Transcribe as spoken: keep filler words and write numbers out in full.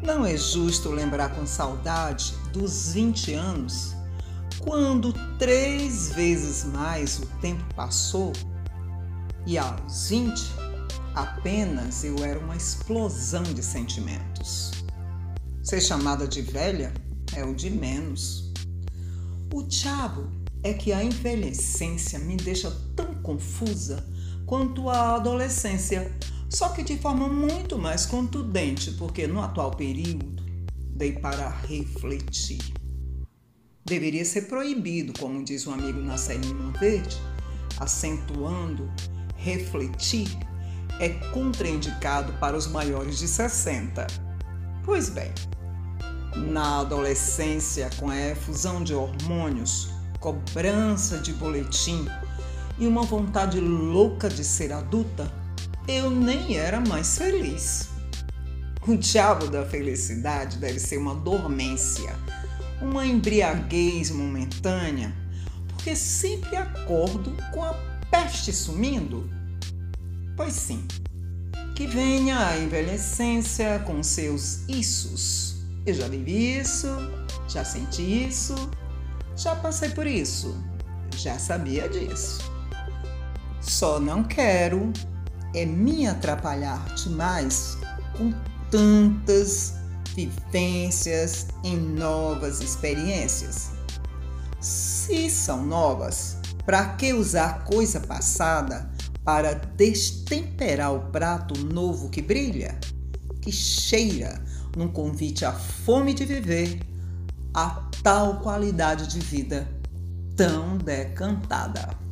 Não é justo lembrar com saudade dos vinte anos, quando três vezes mais o tempo passou e aos vinte apenas eu era uma explosão de sentimentos. Ser chamada de velha é o de menos. O diabo é que a envelhecência me deixa tão confusa quanto a adolescência, só que de forma muito mais contundente, porque no atual período dei para refletir. Deveria ser proibido, como diz um amigo na série Limão Verde, acentuando, refletir é contraindicado para os maiores de sessenta. Pois bem, na adolescência, com a efusão de hormônios, cobrança de boletim e uma vontade louca de ser adulta, eu nem era mais feliz. O diabo da felicidade deve ser uma dormência, uma embriaguez momentânea, porque sempre acordo com a peste sumindo. Pois sim, que venha a envelhecência com seus issos. Eu já vivi isso, já senti isso, já passei por isso, já sabia disso. Só não quero é me atrapalhar demais com tantas vivências em novas experiências. Se são novas, para que usar coisa passada para destemperar o prato novo que brilha, que cheira num convite à fome de viver, a tal qualidade de vida tão decantada?